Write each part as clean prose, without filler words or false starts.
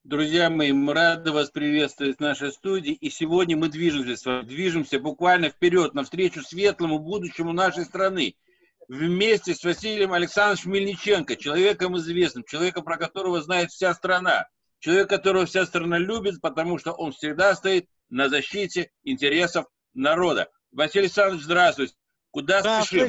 Друзья мои, мы рады вас приветствовать в нашей студии. И сегодня мы движемся буквально вперед, навстречу светлому будущему нашей страны. Вместе с Василием Александровичем Мельниченко, человеком известным, человеком, про которого знает вся страна. Человек, которого вся страна любит, потому что он всегда стоит на защите интересов народа. Василий Александрович, здравствуйте. Куда спешим?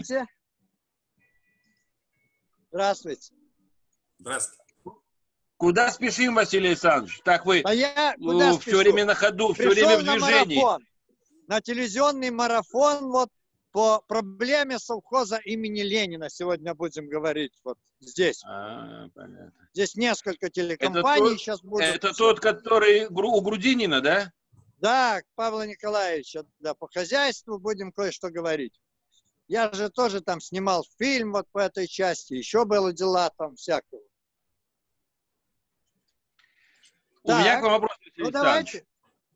Здравствуйте. Здравствуйте. Куда спешим, Василий Александрович? Так вы все время на ходу, все время в движении. На телевизионный марафон вот по проблеме совхоза имени Ленина сегодня будем говорить вот здесь. Понятно. Здесь несколько телекомпаний сейчас будут. Это тот, который у Грудинина, да? Да, Павла Николаевича, да, по хозяйству будем кое-что говорить. Я же тоже там снимал фильм вот по этой части, еще было дела там всякого. У меня к вам вопрос, Василий Александрович. Давайте.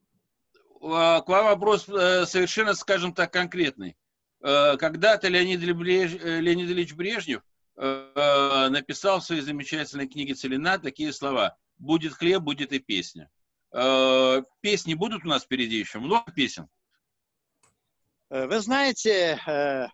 К вам вопрос совершенно, скажем так, конкретный. Когда-то Леонид Ильич Брежнев написал в своей замечательной книге «Целина» такие слова: «Будет хлеб, будет и песня». Песни будут у нас впереди еще? Много песен? Вы знаете,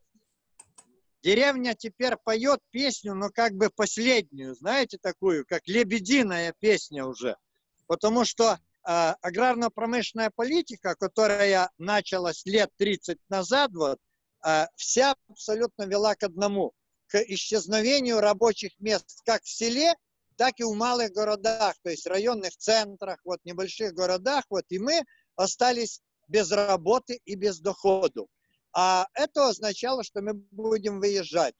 деревня теперь поет песню, но как бы последнюю, знаете, такую, как лебединая песня уже. Потому что аграрно-промышленная политика, которая началась лет 30 назад, вот, вся абсолютно вела к одному, к исчезновению рабочих мест как в селе, так и в малых городах, то есть районных центрах, вот, небольших городах, вот, и мы остались без работы и без доходу. А это означало, что мы будем выезжать.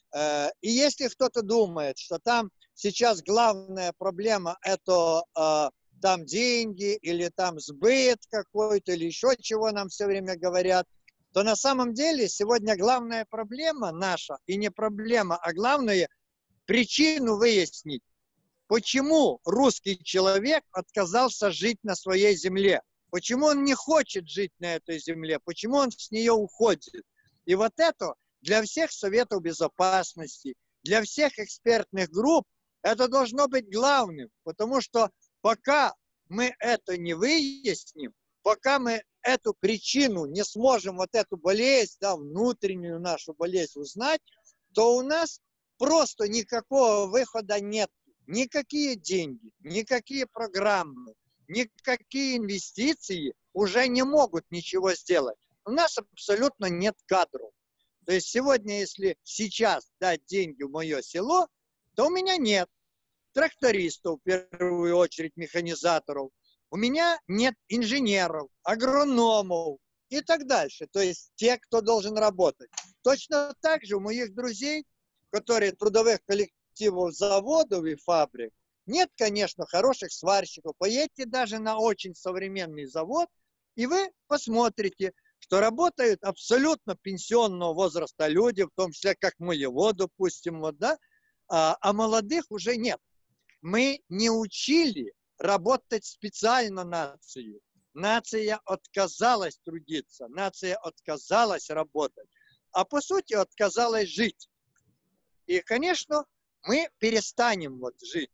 И если кто-то думает, что там сейчас главная проблема это там деньги или там сбыт какой-то или еще чего нам все время говорят, то на самом деле сегодня главная проблема наша, и не проблема, а главное причину выяснить, почему русский человек отказался жить на своей земле, почему он не хочет жить на этой земле, почему он с нее уходит. И вот это для всех Советов Безопасности, для всех экспертных групп это должно быть главным, потому что пока мы это не выясним, пока мы эту причину не сможем, вот эту болезнь, да, внутреннюю нашу болезнь узнать, то у нас просто никакого выхода нет. Никакие деньги, никакие программы, никакие инвестиции уже не могут ничего сделать. У нас абсолютно нет кадров. То есть сегодня, если сейчас дать деньги в мое село, то у меня нет трактористов, в первую очередь механизаторов, у меня нет инженеров, агрономов и так дальше. То есть те, кто должен работать. Точно так же у моих друзей, которые трудовых коллективов заводов и фабрик, нет, конечно, хороших сварщиков. Поедьте даже на очень современный завод, и вы посмотрите, что работают абсолютно пенсионного возраста люди, в том числе, как моего, допустим, вот, да, а молодых уже нет. Мы не учили работать специально нацию. Нация отказалась трудиться, нация отказалась работать, а по сути отказалась жить. И, конечно, мы перестанем вот жить.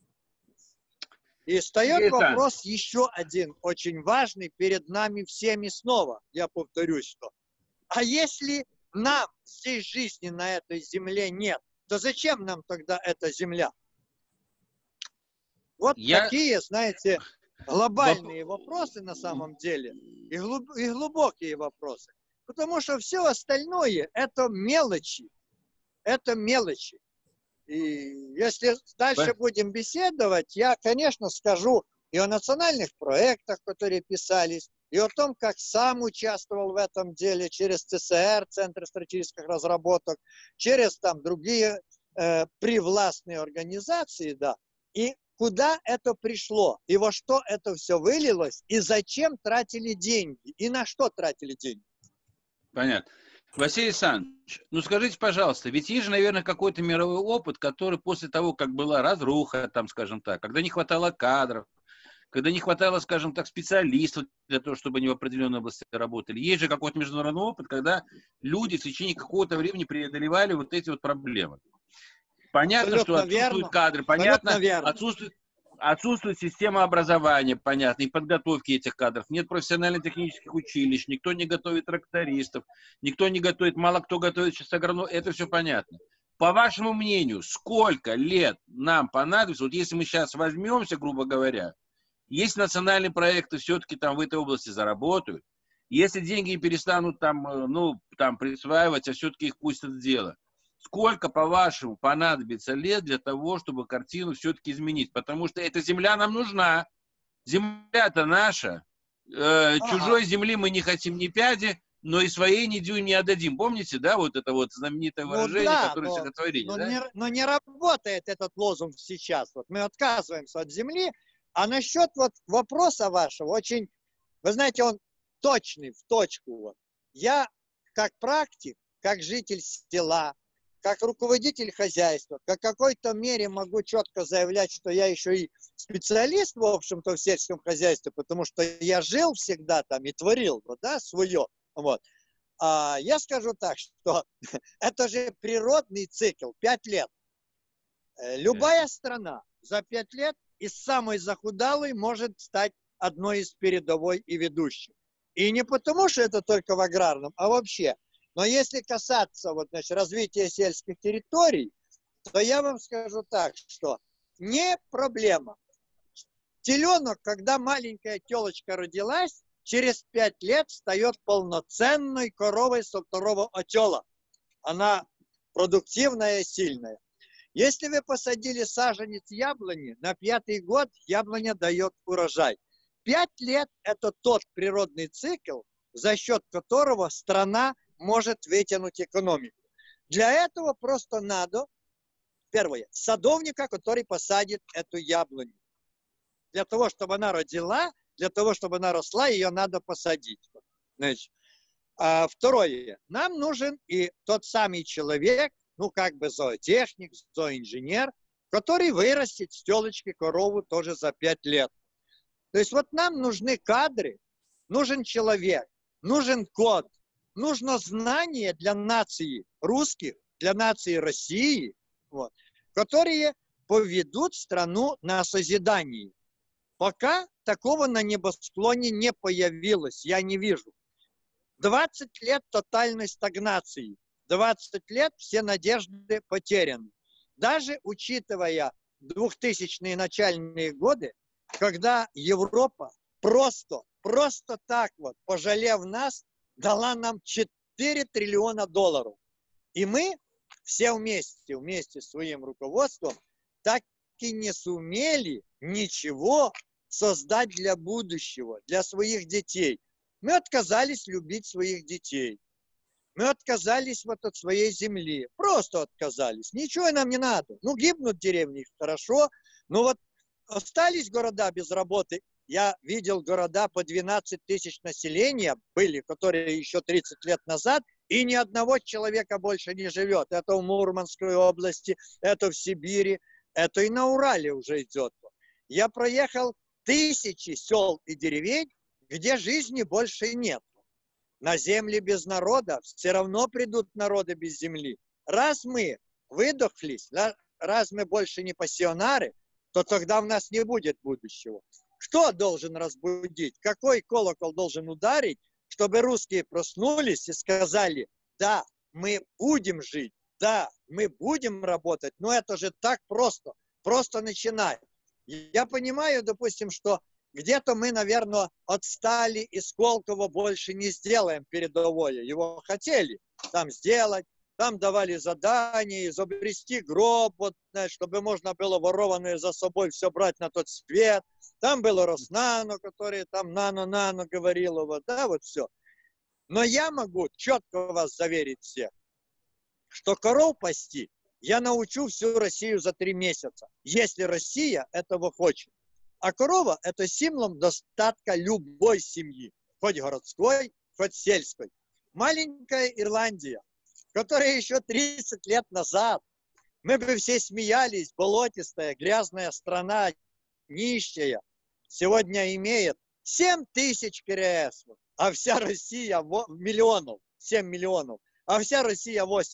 И встает вопрос еще один, очень важный перед нами всеми снова. Я повторюсь, что а если нам всей жизни на этой земле нет, то зачем нам тогда эта земля? Вот такие, знаете, глобальные вопросы на самом деле и глубокие вопросы. Потому что все остальное это мелочи. Это мелочи. И если дальше будем беседовать, я, конечно, скажу и о национальных проектах, которые писались, и о том, как сам участвовал в этом деле через ЦСР, Центр стратегических разработок, через там другие привластные организации, да, и куда это пришло, и во что это все вылилось, и зачем тратили деньги, и на что тратили деньги. Понятно. Василий Александрович, ну скажите, пожалуйста, ведь есть же, наверное, какой-то мировой опыт, который после того, как была разруха, там, скажем так, когда не хватало кадров, когда не хватало, скажем так, специалистов для того, чтобы они в определенной области работали. Есть же какой-то международный опыт, когда люди в течение какого-то времени преодолевали вот эти вот проблемы. Понятно, что отсутствуют кадры, понятно, отсутствует система образования, понятно, и подготовки этих кадров. Нет профессионально-технических училищ, никто не готовит трактористов, никто не готовит, мало кто готовит сейчас агрономов, это все понятно. По вашему мнению, сколько лет нам понадобится, вот если мы сейчас возьмемся, грубо говоря, если национальные проекты все-таки там в этой области заработают, если деньги перестанут там, ну, там присваивать, а все-таки их пустят в дело, сколько, по-вашему, понадобится лет для того, чтобы картину все-таки изменить? Потому что эта земля нам нужна. Земля-то наша. Чужой земли мы не хотим ни пяди, но и своей ни дюйм не отдадим. Помните, да, вот это вот знаменитое выражение, да, которое стихотворение, да? но не работает этот лозунг сейчас. Вот мы отказываемся от земли. А насчет вот вопроса вашего, очень, вы знаете, он точный, в точку. Вот. Я как практик, как житель села, как руководитель хозяйства, как в какой-то мере могу четко заявлять, что я еще и специалист, в общем-то, в сельском хозяйстве, потому что я жил всегда там и творил, да, свое. Вот. Я скажу так, что это же природный цикл, 5 лет. Любая страна за 5 лет из самой захудалой может стать одной из передовой и ведущей. И не потому, что это только в аграрном, а вообще. Но если касаться вот, значит, развития сельских территорий, то я вам скажу так, что не проблема. Теленок, когда маленькая телочка родилась, через 5 лет встает полноценной коровой со второго отела. Она продуктивная и сильная. Если вы посадили саженец яблони, на 5-й год яблоня дает урожай. 5 лет – это тот природный цикл, за счет которого страна может вытянуть экономику. Для этого просто надо, первое, садовника, который посадит эту яблоню. Для того, чтобы она родила, для того, чтобы она росла, ее надо посадить. Значит, второе, нам нужен и тот самый человек, ну как бы зоотехник, зооинженер, который вырастет с телочки корову тоже за 5 лет. То есть вот нам нужны кадры, нужен человек, нужен код, нужно знание для нации русских, для нации России, вот, которые поведут страну на созидание. Пока такого на небосклоне не появилось, я не вижу. 20 лет тотальной стагнации, 20 лет все надежды потеряны. Даже учитывая 2000-е начальные годы, когда Европа просто так вот, пожалев нас, дала нам 4 триллиона долларов. И мы все вместе с своим руководством так и не сумели ничего создать для будущего, для своих детей. Мы отказались любить своих детей. Мы отказались вот от своей земли. Просто отказались. Ничего нам не надо. Ну, гибнут деревни, хорошо. Но вот остались города без работы. Я видел города по 12 тысяч населения были, которые еще 30 лет назад, и ни одного человека больше не живет. Это в Мурманской области, это в Сибири, это и на Урале уже идет. Я проехал тысячи сел и деревень, где жизни больше нет. На земле без народа все равно придут народы без земли. Раз мы выдохлись, раз мы больше не пассионары, то тогда у нас не будет будущего. Кто должен разбудить? Какой колокол должен ударить, чтобы русские проснулись и сказали: да, мы будем жить, да, мы будем работать, но это же так просто начинать. Я понимаю, допустим, что где-то мы, наверное, отстали, и Сколково больше не сделаем передовое. Его хотели там сделать, там давали задания, изобрести гроб, вот, знаешь, чтобы можно было ворованное за собой все брать на тот свет. Там было Роснано, которое там нано говорило, вот, да, вот все. Но я могу четко вас заверить всех, что коров пасти я научу всю Россию за 3 месяца, если Россия этого хочет. А корова – это символ достатка любой семьи, хоть городской, хоть сельской. Маленькая Ирландия, которая еще 30 лет назад, мы бы все смеялись, болотистая, грязная страна, нищая, сегодня имеет 7 тысяч КРС, а вся Россия миллионов, 7 миллионов, а вся Россия 8.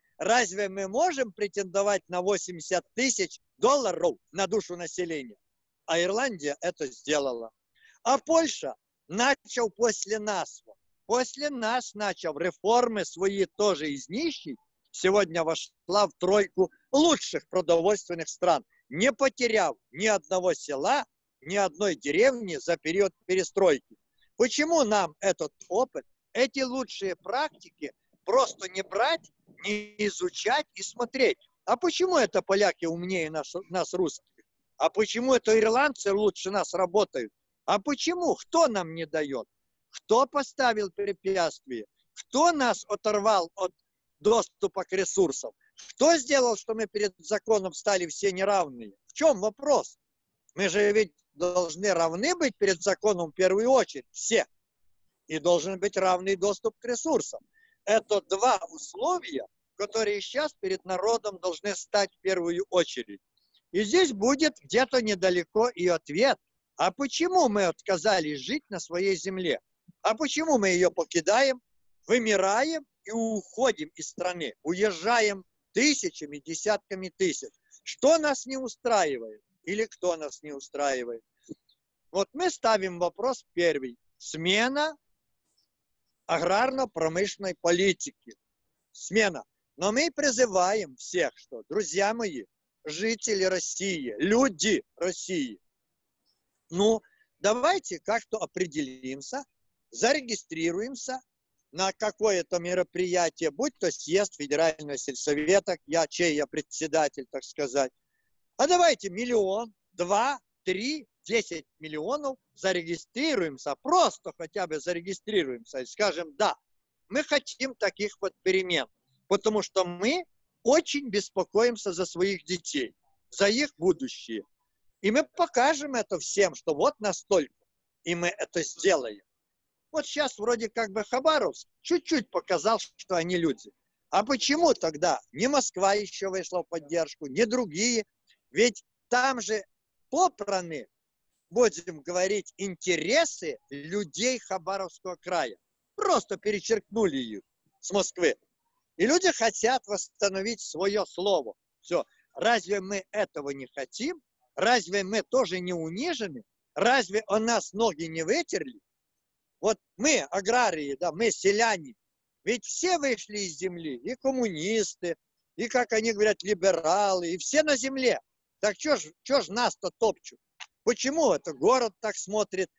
Разве мы можем претендовать на 80 тысяч долларов на душу населения? А Ирландия это сделала. А Польша начал после нас. После нас начал реформы свои тоже из нищей. Сегодня вошла в тройку лучших продовольственных стран, не потеряв ни одного села, ни одной деревни за период перестройки. Почему нам этот опыт, эти лучшие практики просто не брать, не изучать и смотреть? А почему это поляки умнее нас русских? А почему это ирландцы лучше нас работают? А почему? Кто нам не дает? Кто поставил препятствия? Кто нас оторвал от доступа к ресурсам? Кто сделал, что мы перед законом стали все неравные? В чем вопрос? Мы же ведь должны равны быть перед законом в первую очередь, все. И должен быть равный доступ к ресурсам. Это два условия, которые сейчас перед народом должны стать в первую очередь. И здесь будет где-то недалеко и ответ. А почему мы отказались жить на своей земле? А почему мы ее покидаем, вымираем и уходим из страны? Уезжаем тысячами, десятками тысяч. Что нас не устраивает? Или кто нас не устраивает? Вот мы ставим вопрос первый. Смена аграрно-промышленной политики. Смена. Но мы призываем всех, что, друзья мои, жители России, люди России, ну, давайте как-то определимся, зарегистрируемся на какое-то мероприятие, будь то съезд Федерального сельсовета, чей я председатель, так сказать. А давайте 1 миллион, 2, 3, 10 миллионов зарегистрируемся, просто хотя бы зарегистрируемся и скажем, да, мы хотим таких вот перемен, потому что мы очень беспокоимся за своих детей, за их будущее. И мы покажем это всем, что вот настолько, и мы это сделаем. Вот сейчас вроде как бы Хабаровск чуть-чуть показал, что они люди. А почему тогда не Москва еще вышла в поддержку, не другие? Ведь там же попраны, будем говорить, интересы людей Хабаровского края. Просто перечеркнули их с Москвы. И люди хотят восстановить свое слово. Все. Разве мы этого не хотим? Разве мы тоже не унижены? Разве о нас ноги не вытерли? Вот мы, аграрии, да, мы селяне, ведь все вышли из земли, и коммунисты, и, как они говорят, либералы, и все на земле. Так что ж нас-то топчут? Почему это город так смотрит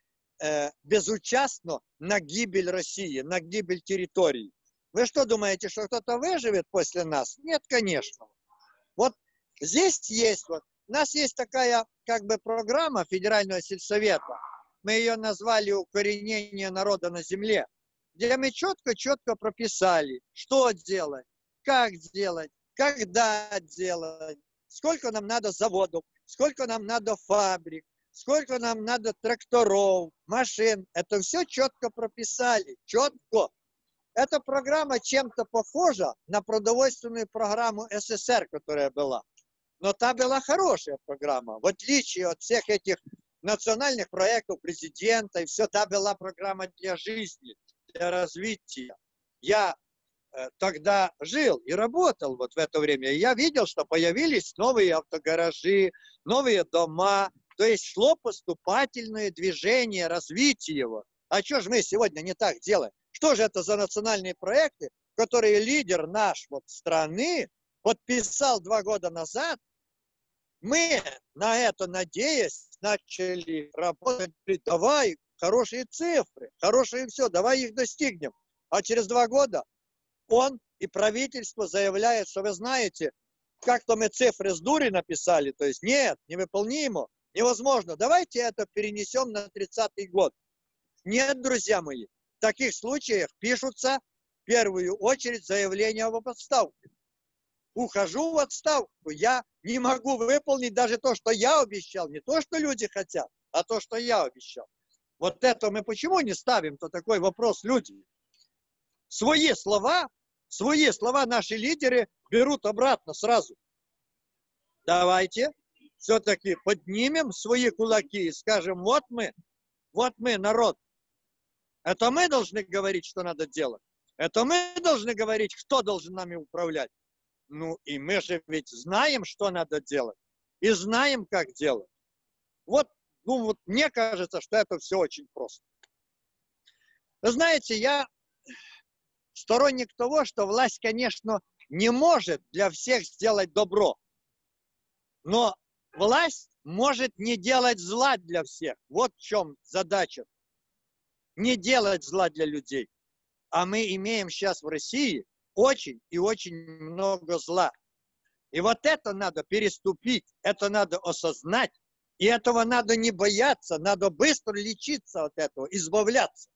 безучастно на гибель России, на гибель территории? Вы что думаете, что кто-то выживет после нас? Нет, конечно. Вот здесь есть, вот, у нас есть такая как бы программа Федерального сельсовета, мы ее назвали «Укоренение народа на земле», где мы четко прописали, что делать, как делать, когда делать, сколько нам надо заводов, сколько нам надо фабрик, сколько нам надо тракторов, машин. Это все четко прописали, четко. Эта программа чем-то похожа на продовольственную программу СССР, которая была. Но та была хорошая программа, в отличие от всех этих национальных проектов президента, и все, та была программа для жизни, для развития. Я тогда жил и работал вот в это время, и я видел, что появились новые автогаражи, новые дома, то есть шло поступательное движение, развитие его. А что же мы сегодня не так делаем? Что же это за национальные проекты, которые лидер наш вот страны подписал 2 года назад? Мы на это надеясь начали работать, давай хорошие цифры, хорошие все, давай их достигнем. А через 2 года он и правительство заявляет, что вы знаете, как-то мы цифры с дури написали, то есть нет, невыполнимо, невозможно, давайте это перенесем на 30-й год. Нет, друзья мои, в таких случаях пишутся в первую очередь заявления об отставке. Ухожу в отставку, я не могу выполнить даже то, что я обещал, не то, что люди хотят, а то, что я обещал. Вот это мы почему не ставим-то такой вопрос люди? Свои слова наши лидеры берут обратно сразу. Давайте все-таки поднимем свои кулаки и скажем, вот мы, народ. Это мы должны говорить, что надо делать. Это мы должны говорить, кто должен нами управлять. Ну, и мы же ведь знаем, что надо делать. И знаем, как делать. Вот Ну, вот мне кажется, что это все очень просто. Вы знаете, я сторонник того, что власть, конечно, не может для всех сделать добро, но власть может не делать зла для всех. Вот в чем задача. Не делать зла для людей. А мы имеем сейчас в России очень и очень много зла. И вот это надо переступить, это надо осознать, и этого надо не бояться, надо быстро лечиться от этого, избавляться.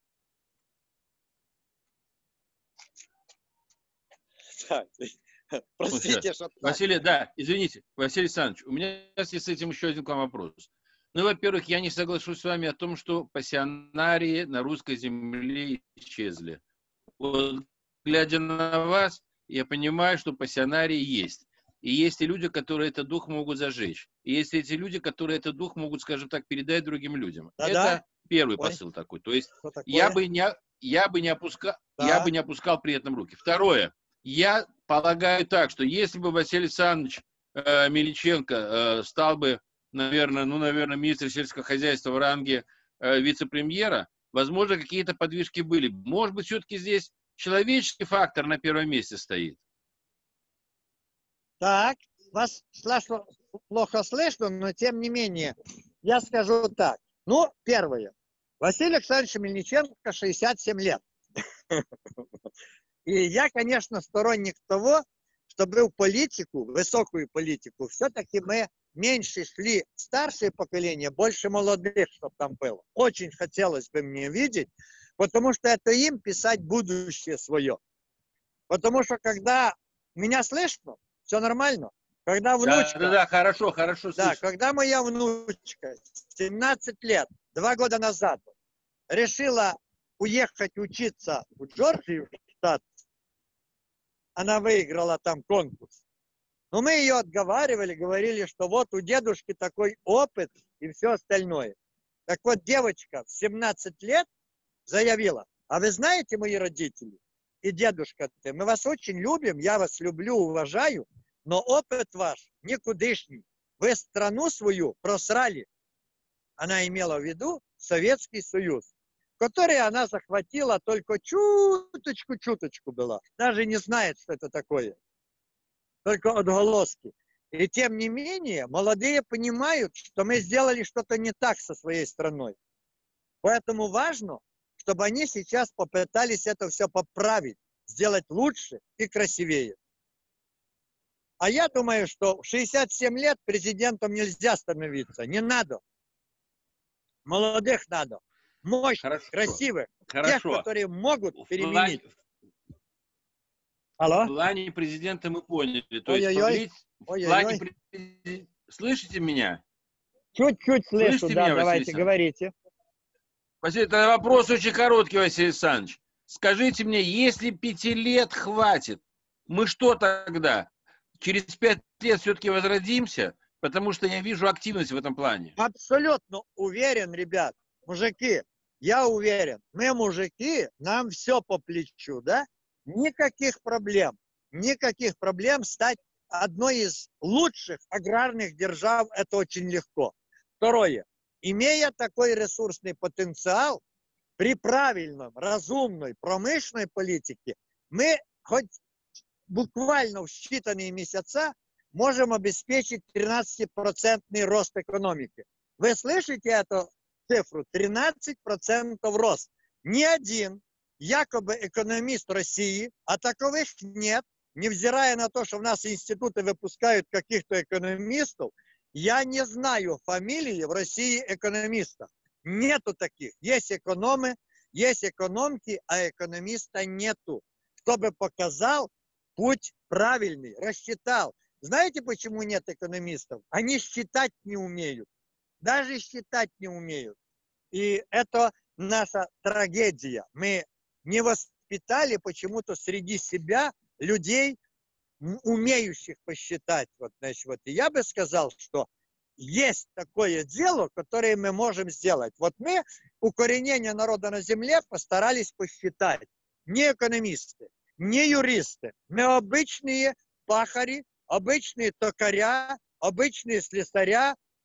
Простите, что так. Василий, да, извините, Василий Александрович, у меня есть с этим еще один к вам вопрос. Ну, во-первых, я не соглашусь с вами о том, что пассионарии на русской земле исчезли. Вот, глядя на вас, я понимаю, что пассионарии есть. И есть и люди, которые этот дух могут зажечь. И есть эти люди, которые этот дух могут, скажем так, передать другим людям. Да-да. Это первый посыл такой. То есть я бы не опускал при этом руки. Второе. Я полагаю так, что если бы Василий Александрович Мельниченко стал бы, наверное, министром сельского хозяйства в ранге вице-премьера, возможно, какие-то подвижки были. Может быть, все-таки здесь человеческий фактор на первом месте стоит. Так, вас плохо слышно, но тем не менее, я скажу так. Ну, первое. Василий Александрович Мельниченко 67 лет. И я, конечно, сторонник того, чтобы в политику, высокую политику, все-таки мы меньше шли в старшее поколение, больше молодых, чтобы там было. Очень хотелось бы мне видеть, потому что это им писать будущее свое. Потому что когда меня слышно, все нормально. Когда внучка... Да, хорошо слышно. Да, когда моя внучка 17 лет, 2 года назад, решила уехать учиться в Джорджию, штат, она выиграла там конкурс. Но мы ее отговаривали, говорили, что вот у дедушки такой опыт и все остальное. Так вот, девочка в 17 лет заявила: а вы знаете, мои родители и дедушка, мы вас очень любим, я вас люблю, уважаю, но опыт ваш никудышний. Вы страну свою просрали. Она имела в виду Советский Союз, который она захватила только чуточку была. Даже не знает, что это такое. Только отголоски. И тем не менее, молодые понимают, что мы сделали что-то не так со своей страной. Поэтому важно, чтобы они сейчас попытались это все поправить, сделать лучше и красивее. А я думаю, что в 67 лет президентом нельзя становиться. Не надо. Молодых надо. Мощных, красивых. Тех, которые могут переменить. Алло? В плане президента мы поняли. То есть, слышите меня? Чуть-чуть слышу, слышите да, меня, давайте, говорите. Василий, это вопрос очень короткий, Василий Александрович. Скажите мне, если 5 лет хватит, мы что тогда? Через 5 лет все-таки возродимся? Потому что я вижу активность в этом плане. Абсолютно уверен, ребят. Мужики, я уверен. Мы, мужики, нам все по плечу, да? Никаких проблем стать одной из лучших аграрных держав, это очень легко. Второе. Имея такой ресурсный потенциал, при правильном, разумной, промышленной политике, мы хоть буквально в считанные месяца можем обеспечить 13% рост экономики. Вы слышите эту цифру? 13% рост. Ни один якобы экономист России, а таковых нет, невзирая на то, что у нас институты выпускают каких-то экономистов, я не знаю фамилии в России экономистов. Нету таких. Есть экономы, есть экономки, а экономиста нету. Кто бы показал путь правильный, рассчитал. Знаете, почему нет экономистов? Они считать не умеют. Даже считать не умеют. И это наша трагедия. Мы не воспитали почему-то среди себя людей, умеющих посчитать. И я бы сказал, что есть такое дело, которое мы можем сделать. Вот мы укоренение народа на земле постарались посчитать. Не экономисты, не юристы. Мы обычные пахари, обычные токаря, обычные слесаря,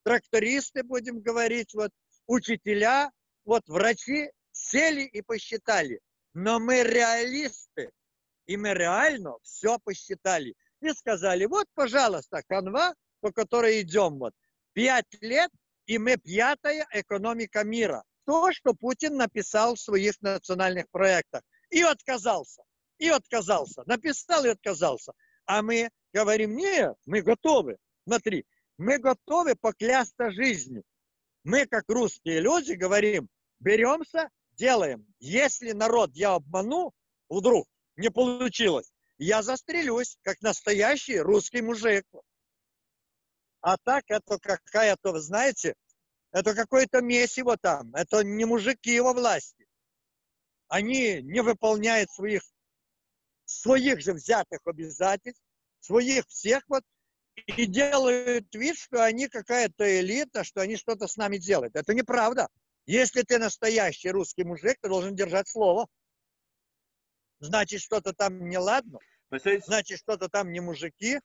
трактористы, будем говорить, вот, учителя, вот, врачи сели и посчитали. Но мы реалисты, и мы реально все посчитали. И сказали, вот, пожалуйста, канва, по которой идем, вот, 5 лет, и мы 5-я экономика мира. То, что Путин написал в своих национальных проектах. И отказался. И отказался. Написал и отказался. А мы говорим, нет, мы готовы. Смотри, мы готовы поклясться жизнью. Мы, как русские люди, говорим, беремся, делаем. Если народ я обману, вдруг не получилось, я застрелюсь, как настоящий русский мужик. А так, это какая-то, вы знаете, это какое-то месиво там. Это не мужики во власти. Они не выполняют своих же взятых обязательств, своих всех вот, и делают вид, что они какая-то элита, что они что-то с нами делают. Это неправда. Если ты настоящий русский мужик, ты должен держать слово. Значит, что-то там неладно. Значит, что-то там не мужики.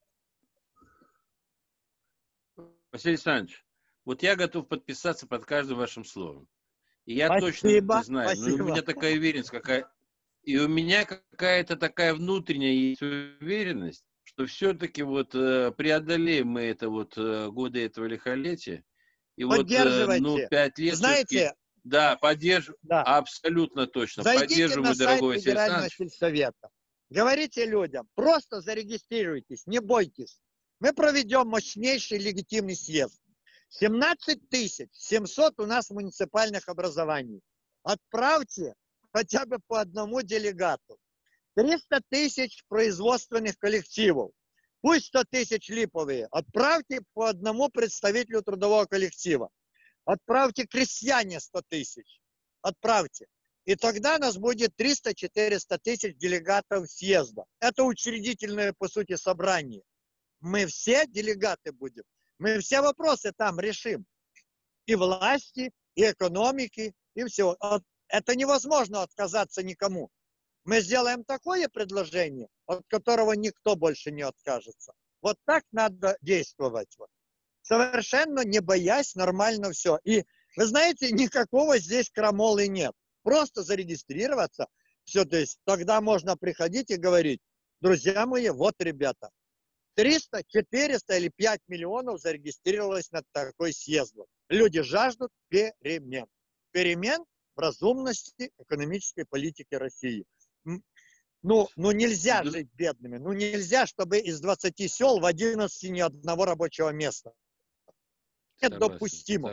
Василий Александрович, вот я готов подписаться под каждым вашим словом. И я Спасибо, точно знаю, спасибо. но у меня такая уверенность, и у меня какая-то такая внутренняя есть уверенность, что все-таки вот преодолеем мы это вот годы этого лихолетия. И вот, 5 лет знаете, да, поддерживаю, да. Абсолютно точно. Зайдите Поддерживаю, на сайт дорогой Федерального сельсовета. Говорите людям, просто зарегистрируйтесь, не бойтесь. Мы проведем мощнейший легитимный съезд. 17 700 у нас муниципальных образований. Отправьте хотя бы по одному делегату. 300 000 производственных коллективов. Пусть 100 000 липовые. Отправьте по одному представителю трудового коллектива. Отправьте крестьяне 100 000. Отправьте. И тогда нас будет 300-400 000 делегатов съезда. Это учредительное, по сути, собрание. Мы все делегаты будем. Мы все вопросы там решим. И власти, и экономики, и все. Это невозможно отказаться никому. Мы сделаем такое предложение, от которого никто больше не откажется. Вот так надо действовать. Совершенно не боясь, нормально все. И вы знаете, никакого здесь крамолы нет. Просто зарегистрироваться. Все, то есть тогда можно приходить и говорить, друзья мои, вот, ребята, 300, 400 или 5 миллионов зарегистрировалось на такой съезд. Люди жаждут перемен. Перемен в разумности экономической политики России. Ну нельзя жить бедными. Ну нельзя, чтобы из 20 сел в 11 ни одного рабочего места. Это допустимо.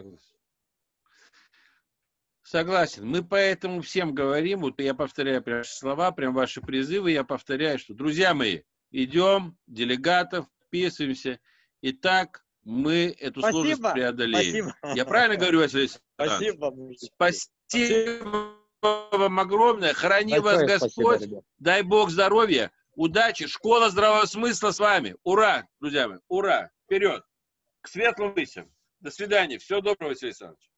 Согласен. Мы поэтому всем говорим, вот я повторяю прям ваши слова, прям ваши призывы, я повторяю, что, друзья мои, идем, делегатов, вписываемся, и так мы эту сложность преодолеем. Спасибо. Я правильно говорю, Василий Александрович? Спасибо вам огромное, храни вас Господь, дай Бог здоровья, удачи, школа здравого смысла с вами. Ура, друзья мои, ура, вперед, к светлым мыслям. До свидания, всего доброго, Василий Александрович.